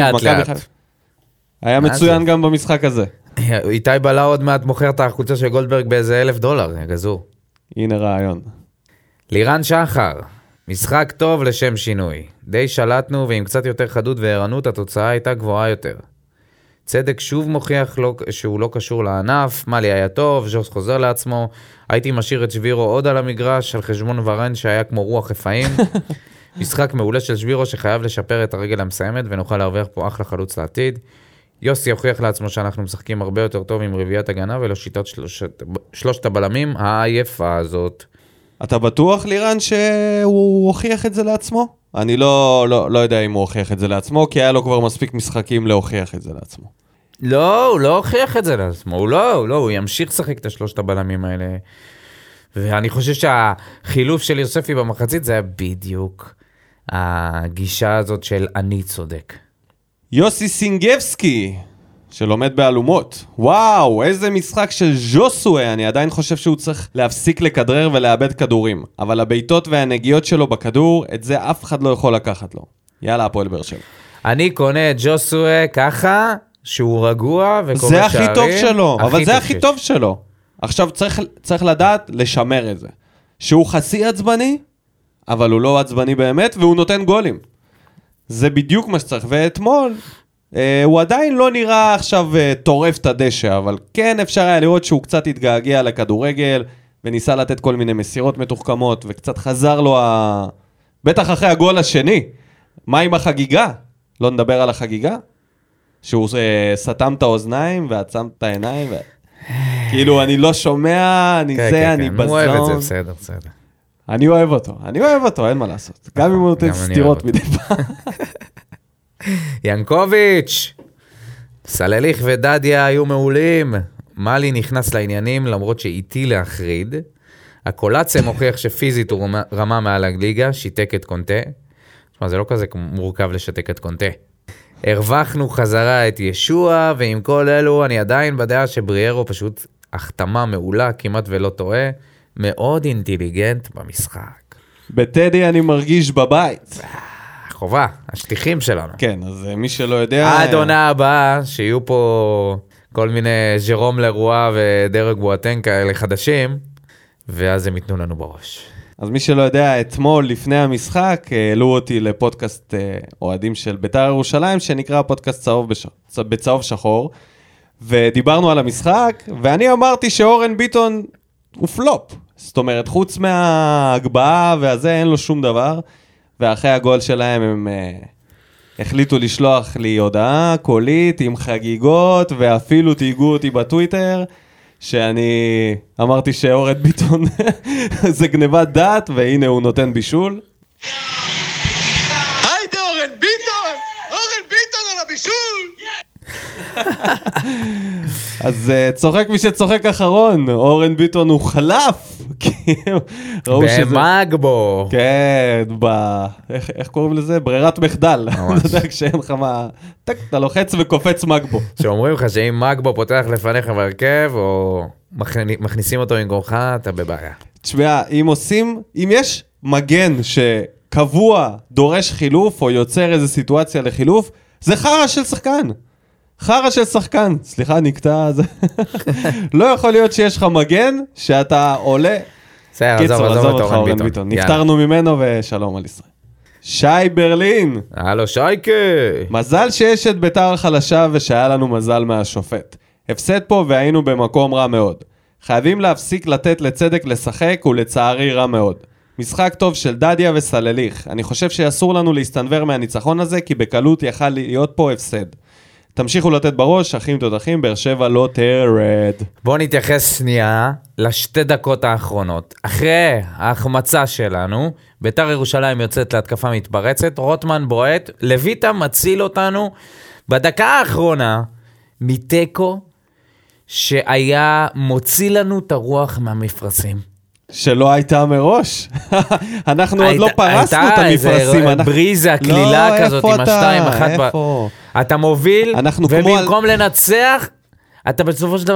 היה מצוין גם במשחק הזה. איתי בלה עוד מעט מוכר את החולצה של גולדברג באיזה $1,000, גזור. הנה רעיון. לירן שחר, משחק טוב לשם שינוי. די שלטנו ועם קצת יותר חדות וערנות התוצאה הייתה גבוהה יותר. צדק שוב מוכיח שהוא לא קשור לענף, מלי היה טוב, ז'וס חוזר לעצמו, הייתי משאיר את שבירו עוד על המגרש, על חשבון ורן שהיה כמו רוח רפאים. משחק מעולה של שבירו שחייב לשפר את הרגל המסיימת ונוכל להרוויח פה אחלה חלוץ לעתיד. יוסי הוכיח לעצמו שאנחנו משחקים הרבה יותר טוב עם רביעת הגנה ולא שיטות שלושת הבלמים העייפה הזאת. אתה בטוח לירן שהוא הוכיח את זה לעצמו? אני לא יודע אם הוא הוכיח את זה לעצמו, כי היה לו כבר מספיק משחקים להוכיח את זה לעצמו. לא, הוא לא הוכיח את זה לעצמו, הוא ימשיך לשחק את שלושת הבלמים האלה. ואני חושב שהחילוף של יוספי במחצית זה היה בדיוק הגישה הזאת של אני צודק. יוסי סינגבסקי, שלומד באלומות. וואו, איזה משחק של ז'וסואה. אני עדיין חושב שהוא צריך להפסיק לכדרר ולאבד כדורים. אבל הביתות והנגיעות שלו בכדור, את זה אף אחד לא יכול לקחת לו. יאללה, הפועל באר שבע. אני קונה את ז'וסואה ככה, שהוא רגוע וקורא שערים. זה הכי טוב שלו, אבל זה הכי טוב שלו. עכשיו צריך לדעת לשמר את זה. שהוא חצי עצבני, אבל הוא לא עצבני באמת, והוא נותן גולים. זה בדיוק מה שצריך, ואתמול הוא עדיין לא נראה עכשיו טורף את הדשא, אבל כן אפשר היה לראות שהוא קצת התגעגע לכדורגל, וניסה לתת כל מיני מסירות מתוחכמות, וקצת חזר לו, בטח אחרי הגול השני. מה עם החגיגה? לא נדבר על החגיגה? שהוא סתם את האוזניים, ועצם את העיניים, כאילו אני לא שומע, אני בזון. הוא אוהב את זה, בסדר. אני אוהב אותו, אין מה לעשות. גם אם הוא נותן סתירות מדי פעם. ינקוביץ', סלליך ודדיה היו מעולים. מלי נכנס לעניינים למרות שאיתי להחריד. הקולציה מוכיח שפיזית הוא רמה מעל הליגה, שיתק את קונטה. זה לא כזה מורכב לשתק את קונטה. הרווחנו חזרה את ישוע, ועם כל אלו אני עדיין בדעה שבריארו פשוט החתמה מעולה, כמעט ולא טועה. מאוד אינטליגנט במשחק. בטדי אני מרגיש בבית. חובה, השליחים שלנו. כן, אז מי שלא יודע... עד עונה הבאה, שיהיו פה כל מיני ז'רום לרואה ודרג בואטן כאלה חדשים, ואז הם ייתנו לנו בראש. אז מי שלא יודע, אתמול לפני המשחק, העלו אותי לפודקאסט אוהדים של בית"ר ירושלים, שנקרא פודקאסט בצהוב שחור, ודיברנו על המשחק, ואני אמרתי שאורן ביטון הוא פלופ. זאת אומרת, חוץ מההגבהה והזה, אין לו שום דבר, ואחרי הגול שלהם הם החליטו לשלוח לי הודעה קולית עם חגיגות, ואפילו תיגעו אותי בטוויטר, שאני אמרתי שאורן ביטון זה גנבת דעת, והנה הוא נותן בישול. היידה אורן ביטון! אורן ביטון על הבישול! אז צוחק מי שצוחק אחרון, אורן ביטון הוא חלף. במגבו. כן, איך קוראים לזה? ברירת מחדל. אתה יודע, כשאין לך מה, אתה לוחץ וקופץ מגבו. שאומרים לך שאם מגבו פותח לפניך בהרכב, או מכניסים אותו עם גורך, אתה בבעיה. תשמע, אם יש מגן שקבוע דורש חילוף, או יוצר איזו סיטואציה לחילוף, זה חרא של שחקן. חרא של שחקן. סליחה, נקטע. לא יכול להיות שיש לך מגן, שאתה עולה... קיצור, עזוב את אורן ביטון. נפטרנו ממנו ושלום על ישראל. שי ברלין. הלו שייקה. מזל שיש את בית"ר החלשה ושהיה לנו מזל מהשופט. הפסד פה והיינו במקום רע מאוד. חייבים להפסיק לתת לצדק לשחק ולצערי רע מאוד. משחק טוב של דדיה וסלליך. אני חושב שאסור לנו להסתנבר מהניצחון הזה כי בקלות יכל להיות פה הפסד. תמשיכו לתת בראש, אחים תותחים, באר שבע לא תרד. בואו נתייחס שנייה לשתי דקות האחרונות. אחרי ההחמצה שלנו, בית"ר ירושלים יוצאת להתקפה מתפרצת, רוטמן בועט, לויטה מציל אותנו בדקה האחרונה מתיקו, שהיה מוציא לנו את הרוח מהמפרסים. שלא הייתה מראש. אנחנו עוד לא פרסנו את המפרסים. הייתה איזה בריזה, כלילה כזאת עם השתיים, אחת. איפה? אתה מוביל, ובמקום לנצח, אתה בסופו של דבר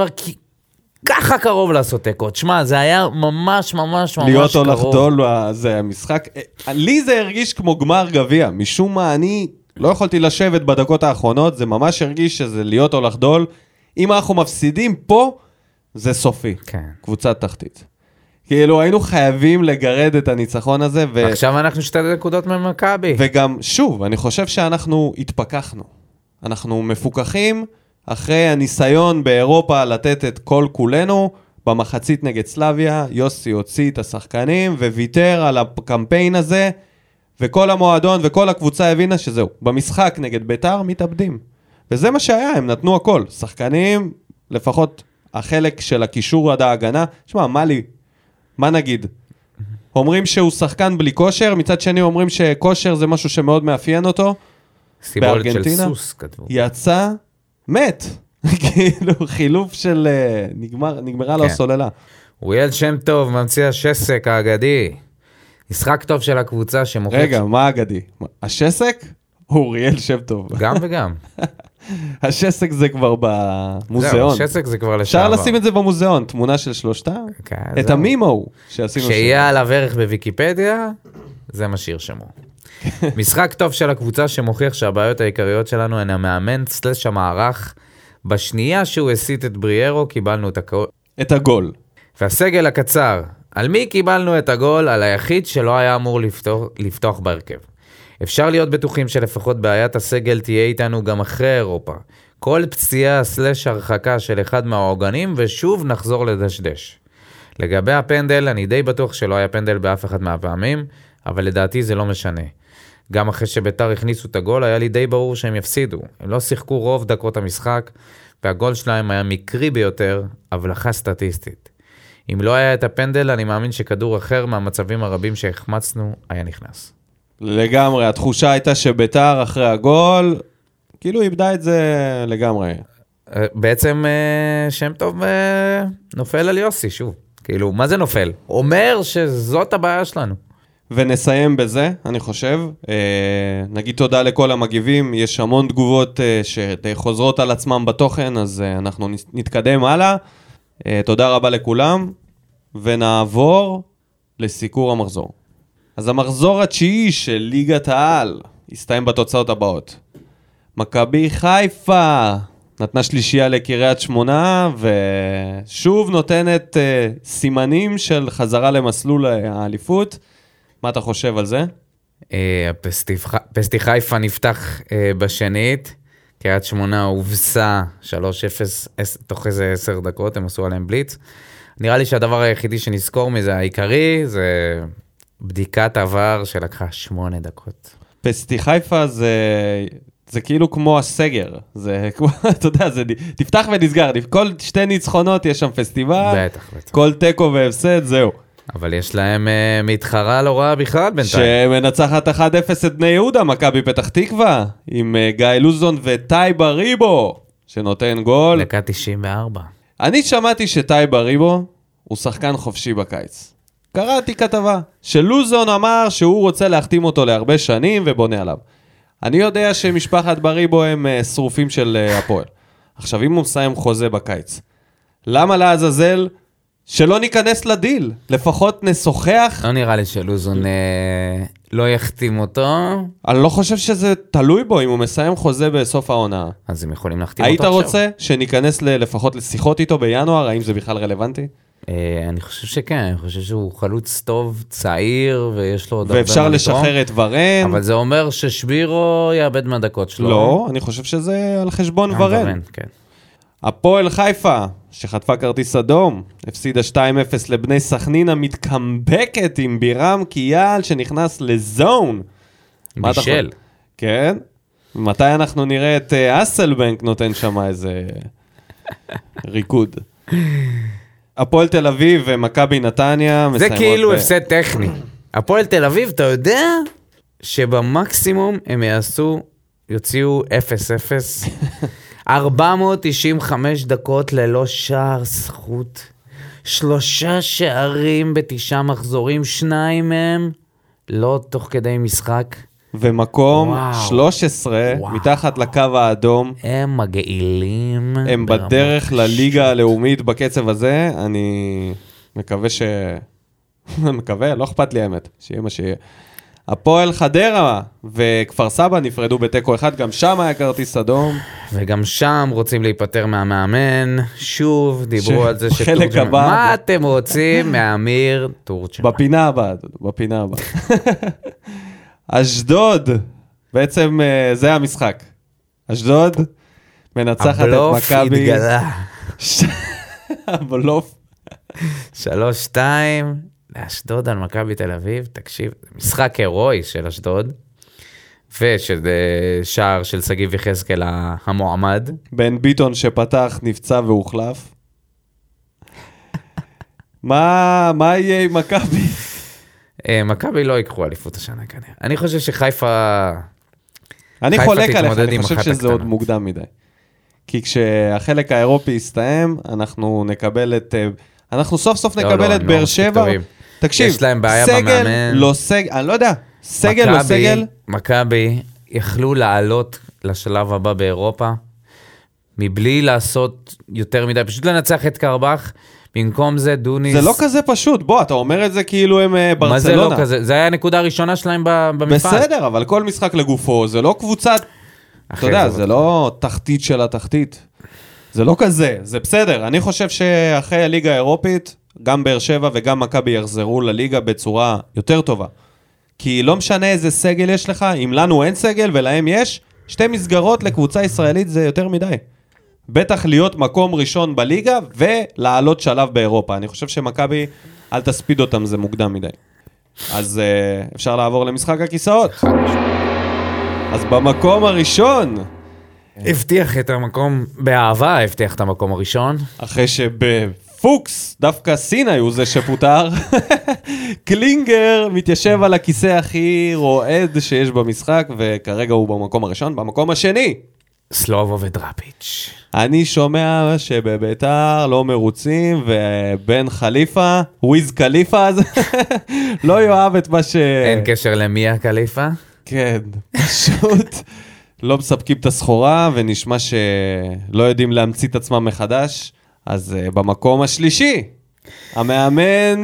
ככה קרוב לעשות תיקו. תשמע, זה היה ממש ממש קרוב. להיות או לחדול, זה המשחק. לי זה הרגיש כמו גמר גביע. משום מה, אני לא יכולתי לשבת בדקות האחרונות, זה ממש הרגיש שזה להיות או לחדול. אם אנחנו מפסידים פה, זה סופי. קבוצת תחתית. כאילו, היינו חייבים לגרד את הניצחון הזה. עכשיו אנחנו 2 נקודות ממכבי. וגם, שוב, אני חושב שאנחנו התפכחנו. אנחנו מפוקחים אחרי הניסיון באירופה לתת את כל כולנו. במחצית נגד סלאביה, יוסי הוציא את השחקנים וויתר על הקמפיין הזה, וכל המועדון וכל הקבוצה הבינה שזהו. במשחק נגד בית"ר מתאבדים. וזה מה שהיה, הם נתנו הכל. שחקנים, לפחות החלק של הקישור עד ההגנה. שמע, מה נגיד? אומרים שהוא שחקן בלי כושר, מצד שני אומרים שכושר זה משהו שמאוד מאפיין אותו. סיבולת של סוס כתבו. יצא, מת. כאילו חילוף של נגמרה לו סוללה. אוריאל שם טוב, ממציא השסק האגדי. משחק טוב של הקבוצה שמוכיח... רגע, מה האגדי? השסק? אוריאל שם טוב. גם וגם. השסק זה כבר במוזיאון. השסק זה כבר לשעבר. אפשר לשים את זה במוזיאון, תמונה של שלושתם. את המימו שעשינו שם. שיהיה עליו ערך בוויקיפדיה, זה מה שירשמו. משחק טוב של הקבוצה שמוכיח שהבעיות העיקריות שלנו הן המאמן סלש המערך. בשנייה שהוא הסיט את בריארו, קיבלנו את הגול. והסגל הקצר, על מי קיבלנו את הגול? על היחיד שלא היה אמור לפתוח בהרכב. אפשר להיות בטוחים שלפחות בעיית הסגל תהיה איתנו גם אחרי אירופה. כל פציעה סלש הרחקה של אחד מהעוגנים, ושוב נחזור לדשדש. לגבי הפנדל, אני די בטוח שלא היה פנדל באף אחד מהפעמים, אבל לדעתי זה לא משנה. גם אחרי שבית"ר הכניסו את הגול, היה לי די ברור שהם יפסידו. הם לא שיחקו רוב דקות המשחק, והגול שלהם היה מקרי ביותר, הבלחה סטטיסטית. אם לא היה את הפנדל, אני מאמין שכדור אחר מהמצבים הרבים שהחמצנו היה נכנס. לגמרי, התחושה הייתה שבית"ר אחרי הגול, כאילו איבדה את זה לגמרי. בעצם שם טוב נופל על יוסי, שוב. כאילו, מה זה נופל? אומר שזאת הבעיה שלנו. ונסיים בזה, אני חושב. נגיד תודה לכל המגיבים, יש המון תגובות שחוזרות על עצמם בתוכן, אז אנחנו נתקדם הלאה. תודה רבה לכולם, ונעבור לסיקור המחזור. אז המחזור התשיעי של ליגת העל הסתיים בתוצאות הבאות. מכבי חיפה נתנה שלישייה לקריית שמונה, ושוב נותנת סימנים של חזרה למסלול האליפות. מה אתה חושב על זה? פסטי חיפה נפתח בשנית, קריית שמונה הובסה 3-0 תוך איזה 10 דקות, הם עשו עליהם בליץ. נראה לי שהדבר היחידי שנזכור מזה, העיקרי, זה בדיקת עבר שלקחה 8 דקות. פסטי חיפה זה כאילו כמו הסגר, זה כמו, אתה יודע, זה תפתח ונסגר, כל 2 ניצחונות יש שם פסטיבל, בטח. כל טקו והפסד, זהו. אבל יש להם מתחרה לא רעה בכלל בינתיים. שמנצחת 1-0 את בני יהודה, מכבי פתח תקווה, עם גיא לוזון וטייבה ריבו, שנותן גול. דקה 94. אני שמעתי שטייבה ריבו הוא שחקן חופשי בקיץ. קראתי כתבה, שלוזון אמר שהוא רוצה להחתים אותו להרבה שנים ובונה עליו. אני יודע שמשפחת בריבו הם שרופים של הפועל. עכשיו, אם הוא מסיים חוזה בקיץ, למה לעזאזל שלא ניכנס לדיל? לפחות נשוחח? לא נראה לי שלוזון לא יחתים אותו. אני לא חושב שזה תלוי בו אם הוא מסיים חוזה בסוף העונה. אז הם יכולים להחתים אותו היית עכשיו. רוצה שניכנס לפחות לשיחות איתו בינואר? האם זה בכלל רלוונטי? אני חושב שכן, אני חושב שהוא חלוץ טוב, צעיר, ויש לו עוד הרבה ואפשר לשחרר את ורן. אבל זה אומר ששבירו יאבד מהדקות שלו. לא, אני חושב שזה על חשבון ורן. כן. הפועל חיפה, שחטפה כרטיס אדום, הפסידה 2-0 לבני סכנין המתקמבקת עם בירם קייל שנכנס לזון. בישל. כן. מתי אנחנו נראה את אסלבנק נותן שם איזה ריקוד? הפועל תל אביב ומכבי נתניה זה כאילו הפסד טכני. הפועל תל אביב, אתה יודע שבמקסימום הם יוציאו 0-0. 495 דקות ללא שער זכות. 3 שערים ב9 מחזורים, 2 מהם לא תוך כדי משחק. ומקום 13 מתחת לקו האדום. הם מגעילים. הם בדרך לליגה הלאומית בקצב הזה. אני מקווה מקווה, לא אכפת לי האמת, שיהיה מה שיהיה. הפועל חדרה וכפר סבא נפרדו בטקו אחד, גם שם היה כרטיס אדום. וגם שם רוצים להיפטר מהמאמן. שוב, דיברו על זה חלק הבא. מה אתם רוצים מאמיר תורג'מן? בפינה הבאה, בפינה הבאה. אשדוד, בעצם זה המשחק. אשדוד מנצחת את מכבי. הבלוף התגלה. הבלוף. 3-2 לאשדוד על מכבי תל אביב. תקשיב, משחק הירואי של אשדוד, ושל שער של סגיב יחזקאל המועמד. בן ביטון שפתח, נפצע והוחלף. מה יהיה עם מכבי? מכבי לא יקחו אליפות השנה כנראה. אני חושב שחיפה... אני חולק עליך, אני חושב שזה עוד מוקדם מדי. כי כשהחלק האירופי יסתיים, אנחנו נקבל את... אנחנו סוף סוף נקבל את באר שבע. תקשיב, יש להם בעיה במאמן. סגל, לא סגל, אני לא יודע. סגל, לא סגל. מכבי יכלו לעלות לשלב הבא באירופה, מבלי לעשות יותר מדי, פשוט לנצח את קרבח, במקום זה דוניס... זה לא כזה פשוט, בוא, אתה אומר את זה כאילו הם ברצלונה. מה זה לא כזה? זה היה הנקודה הראשונה שלהם במפעל. בסדר, אבל כל משחק לגופו, זה לא קבוצת... אתה יודע, זה לא תחתית של התחתית. זה לא כזה, זה בסדר. אני חושב שאחרי הליגה האירופית, גם באר שבע וגם מכבי יחזרו לליגה בצורה יותר טובה. כי לא משנה איזה סגל יש לך, אם לנו אין סגל ולהם יש, 2 מסגרות לקבוצה ישראלית זה יותר מדי. בטח להיות מקום ראשון בליגה ולעלות שלב באירופה. אני חושב שמכבי, אל תספיד אותם, זה מוקדם מדי. אז אפשר לעבור למשחק הכיסאות. אז במקום הראשון... הבטיח את המקום, באהבה הבטיח את המקום הראשון. אחרי שבפוקס, דווקא סיני הוא זה שפוטר, קלינגר מתיישב על הכיסא הכי רועד שיש במשחק, וכרגע הוא במקום הראשון. במקום השני, סלובו ודראפיץ'. אני שומע שבביתר לא מרוצים, ובן חליפה, וויז חליפה, אז לא יאהב את מה אין קשר למיה חליפה? כן, פשוט לא מספקים את הסחורה, ונשמע שלא יודעים להמציא את עצמם מחדש. אז במקום השלישי, המאמן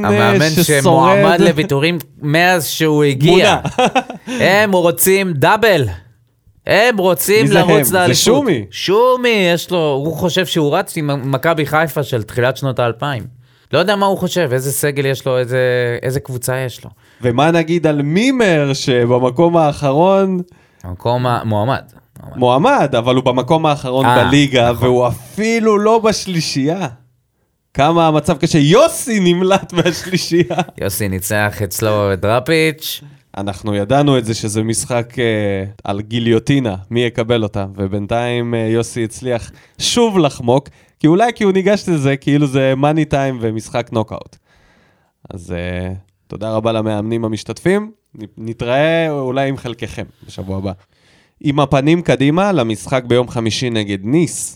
שמועמד לוויתורים מאז שהוא הגיע. הם רוצים דאבל. הם רוצים מי זה לרוץ הם? זה לאליפות. שומי. שומי, יש לו, הוא חושב שהוא רץ עם מכבי חיפה של תחילת שנות ה-2000. לא יודע מה הוא חושב, איזה סגל יש לו, איזה קבוצה יש לו. ומה נגיד על מימר שבמקום האחרון... המקום מועמד, אבל הוא במקום האחרון בליגה, נכון. והוא אפילו לא בשלישייה. כמה המצב קשה, יוסי נמלט מהשלישייה. יוסי ניצח אצלו את דראפיץ'. אנחנו ידענו את זה שזה משחק על גיליוטינה, מי יקבל אותה, ובינתיים יוסי הצליח שוב לחמוק, כי אולי כי הוא ניגש לזה, כאילו זה מאני טיים ומשחק נוקאוט. אז תודה רבה למאמנים המשתתפים, נתראה אולי עם חלקכם בשבוע הבא. עם הפנים קדימה למשחק ביום חמישי נגד ניס,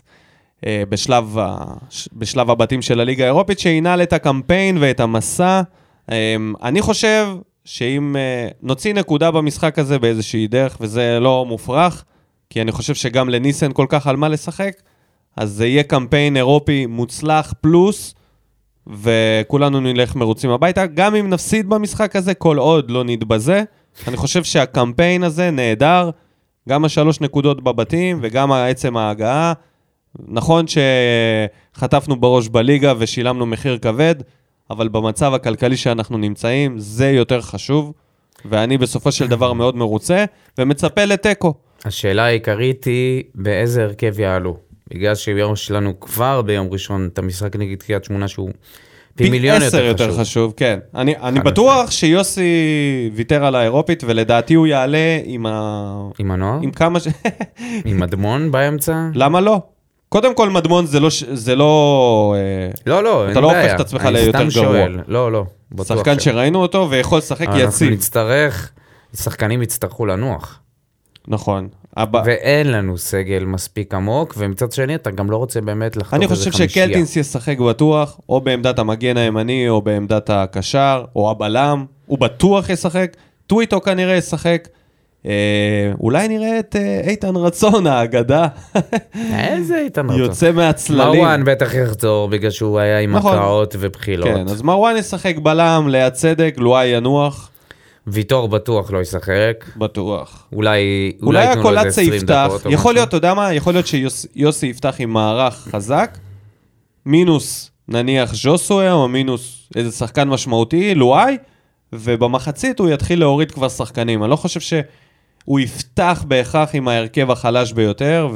בשלב הבתים של הליגה האירופית, שינהל את הקמפיין ואת המסע. אני חושב שאם נוציא נקודה במשחק הזה באיזושהי דרך, וזה לא מופרך, כי אני חושב שגם לניס אין כל כך על מה לשחק, אז זה יהיה קמפיין אירופי מוצלח פלוס, וכולנו נלך מרוצים הביתה, גם אם נפסיד במשחק הזה, כל עוד לא נתבזה. אני חושב שהקמפיין הזה נהדר, גם 3 נקודות בבתים, וגם עצם ההגעה. נכון שחטפנו בראש בליגה ושילמנו מחיר כבד, אבל במצב הכלכלי שאנחנו נמצאים, זה יותר חשוב, ואני בסופו של דבר מאוד מרוצה, ומצפה לטקו. השאלה העיקרית היא, באיזה הרכב יעלו? בגלל שיום שלנו כבר ביום ראשון, את המשחק נגד קריית שמונה שהוא פי מיליון יותר חשוב. כן. אני בטוח שיוסי ויתר על האירופית, ולדעתי הוא יעלה עם הנוער? עם כמה עם מדמון באמצע? למה לא? קודם כל מדמון זה לא... לא, אתה לא הופך את עצמך ליותר גרוע. לא. שחקן שראינו אותו ויכול לשחק יציב. אנחנו נצטרך, שחקנים יצטרכו לנוח. נכון. ואין לנו סגל מספיק עמוק, ומצד שני אתה גם לא רוצה באמת לחתוך איזה חמישייה. אני חושב שקלטינס ישחק בטוח, או בעמדת המגן הימני, או בעמדת הקשר, או הבלם. הוא בטוח ישחק. טוויטו כנראה ישחק. אולי נראה את איתן רצון, האגדה. איזה איתן רצון? יוצא מהצללים. מרואן בטח יחזור, בגלל שהוא היה עם הקראות ובחילות. כן, אז מרואן ישחק בלם, ליד צדק, לואי ינוח. ויתור בטוח לא ישחק. בטוח. אולי הקולציה יפתח. יכול להיות, אתה יודע מה? יכול להיות שיוסי יפתח עם מערך חזק, מינוס נניח ז'וסואה, או מינוס איזה שחקן משמעותי, לואי, ובמחצית הוא יתחיל להוריד כבר שחקנים. אני לא חושב שהוא יפתח בהכרח עם ההרכב החלש ביותר,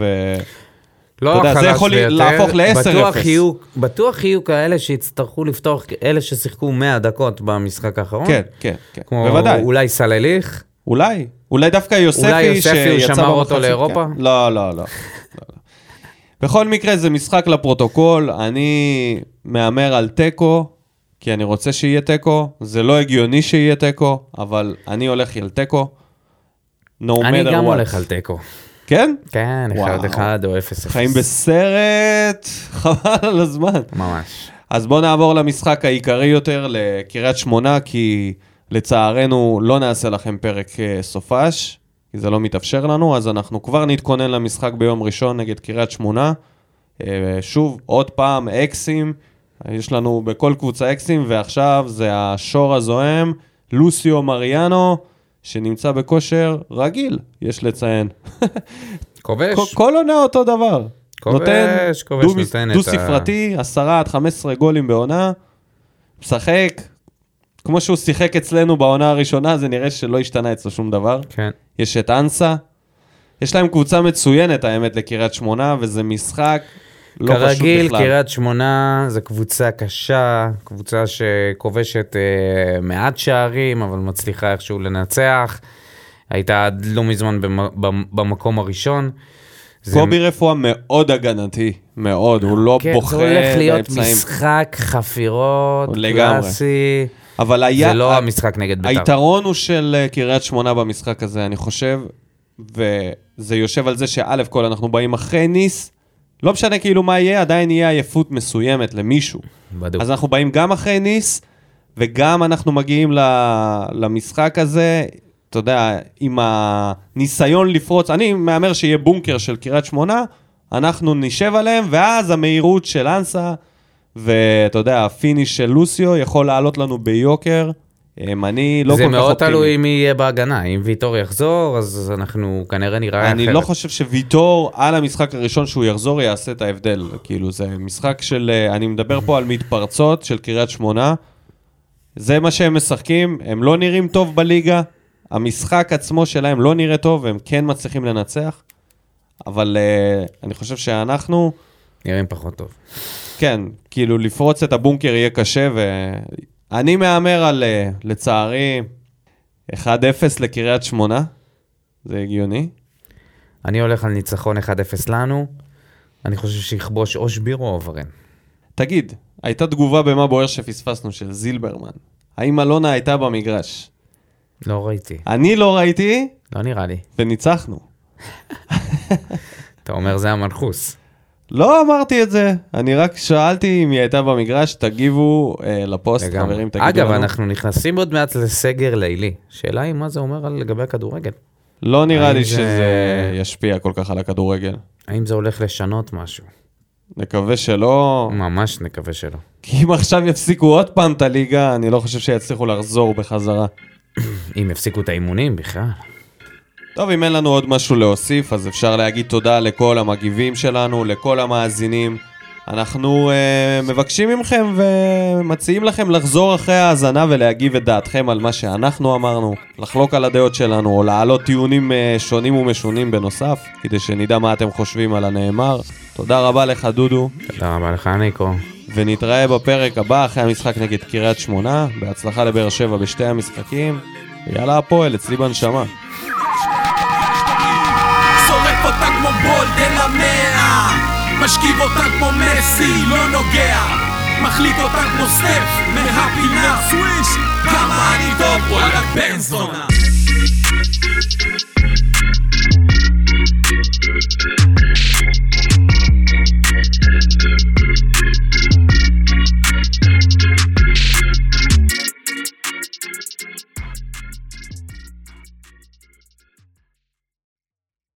לא החלש ביותר. זה יכול להפוך ל-10-0. בטוח יהיו כאלה שיצטרכו לפתוח, אלה ששיחקו 100 דקות במשחק האחרון. כן. כמו בוודאי. אולי סלליך. אולי דווקא יוספי שמר אותו לאירופה. לא. בכל מקרה זה משחק לפרוטוקול, אני מאמר על טקו, כי אני רוצה שיהיה טקו, זה לא הגיוני שיהיה טקו, אבל אני הולך על טקו. אני גם הולך על טקו. כן? כן, 1-1 או 0-0. חיים בסרט, חבל על הזמן. ממש. אז בואו נעבור למשחק העיקרי יותר, לקריית שמונה, כי לצערנו לא נעשה לכם פרק סופש, כי זה לא מתאפשר לנו, אז אנחנו כבר נתכונן למשחק ביום ראשון נגד קריית שמונה. שוב, עוד פעם, אקסים, יש לנו בכל קבוצה אקסים, ועכשיו זה השור הזוהם, לוסיו מריאנו, שנמצא בכושר רגיל, יש לציין. כובש. כל עונה אותו דבר. כובש נותן דו ספרתי, 10-15 גולים בעונה, משחק, כמו שהוא שיחק אצלנו בעונה הראשונה, זה נראה שלא השתנה אצלו שום דבר. כן. יש את אנסה, יש להם קבוצה מצוינת האמת לקריית שמונה, וזה משחק לא פשוט בכלל. כרגיל, קריית שמונה זה קבוצה קשה, קבוצה שכובשת מעט שערים, אבל מצליחה איכשהו לנצח. הייתה עד לא מזמן במקום הראשון. קובי רפואה מאוד הגנתי, מאוד, הוא לא בוחר באמצעים. זה הולך להיות משחק חפירות, קלאסי. אבל זה לא המשחק נגד בית"ר. היתרון הוא של קריית שמונה במשחק הזה, אני חושב, וזה יושב על זה שא' כל אנחנו באים אחרי ניס, לא משנה כאילו מה יהיה, עדיין יהיה עייפות מסוימת למישהו. בדיוק. אז אנחנו באים גם אחרי ניס, וגם אנחנו מגיעים למשחק הזה, אתה יודע, עם הניסיון לפרוץ, אני מאמר שיהיה בונקר של קריית שמונה, אנחנו נשב עליהם, ואז המהירות של אנסה, ואתה יודע, הפיניש של לוסיו יכול לעלות לנו ביוקר, אני לא כל כך זה מאוד אופטימי. תלוי מי יהיה בהגנה. אם ויטור יחזור, אז אנחנו כנראה נראה אחרת. אני לא חושב שוויטור על המשחק הראשון שהוא יחזור יעשה את ההבדל. כאילו זה משחק של, אני מדבר פה על מתפרצות של קריית שמונה. זה מה שהם משחקים, הם לא נראים טוב בליגה. המשחק עצמו שלהם לא נראה טוב, והם כן מצליחים לנצח. אבל אני חושב שאנחנו... נראים פחות טוב. כן, כאילו לפרוץ את הבונקר יהיה קשה, ואני מאמר על, לצערי, 1-0 לקריית שמונה. זה הגיוני. אני הולך על ניצחון 1-0 לנו. אני חושב שיכבוש או שבירו או ורן. תגיד, הייתה תגובה במה בוער שפספסנו של זילברמן. האם אלונה הייתה במגרש? לא ראיתי. אני לא ראיתי. לא נראה לי. וניצחנו. אתה אומר זה המנחוס. לא אמרתי את זה. אני רק שאלתי אם היא הייתה במגרש, תגיבו לפוסט, חברים, תגידו אגב, לנו. אנחנו נכנסים עוד מעט לסגר לילי. שאלה היא מה זה אומר לגבי הכדורגל. לא נראה לי שזה ישפיע כל כך על הכדורגל. האם זה הולך לשנות משהו? נקווה שלא. ממש נקווה שלא. כי אם עכשיו יפסיקו עוד פעם את הליגה, אני לא חושב שיצליחו לחזור בחזרה. אם יפסיקו את האימונים בכלל. טוב, אם אין לנו עוד משהו להוסיף, אז אפשר להגיד תודה לכל המגיבים שלנו, לכל המאזינים. אנחנו מבקשים ממכם ומציעים לכם לחזור אחרי ההאזנה ולהגיב את דעתכם על מה שאנחנו אמרנו, לחלוק על הדעות שלנו, או להעלות טיעונים שונים ומשונים בנוסף, כדי שנדע מה אתם חושבים על הנאמר. תודה רבה לך, דודו. תודה רבה לך, ניקו. ונתראה בפרק הבא אחרי המשחק נגד קריית שמונה. בהצלחה לבאר שבע בשתי המשחקים. ויאללה הפועל, אצלי בנשמה. שורף אותה כמו בולדן המאה, משכיב אותה כמו מסי, לא נוגע, מחליט אותה כמו סטף, מהפינה סוויש, כמה אני טוב, וואלה בן זונה.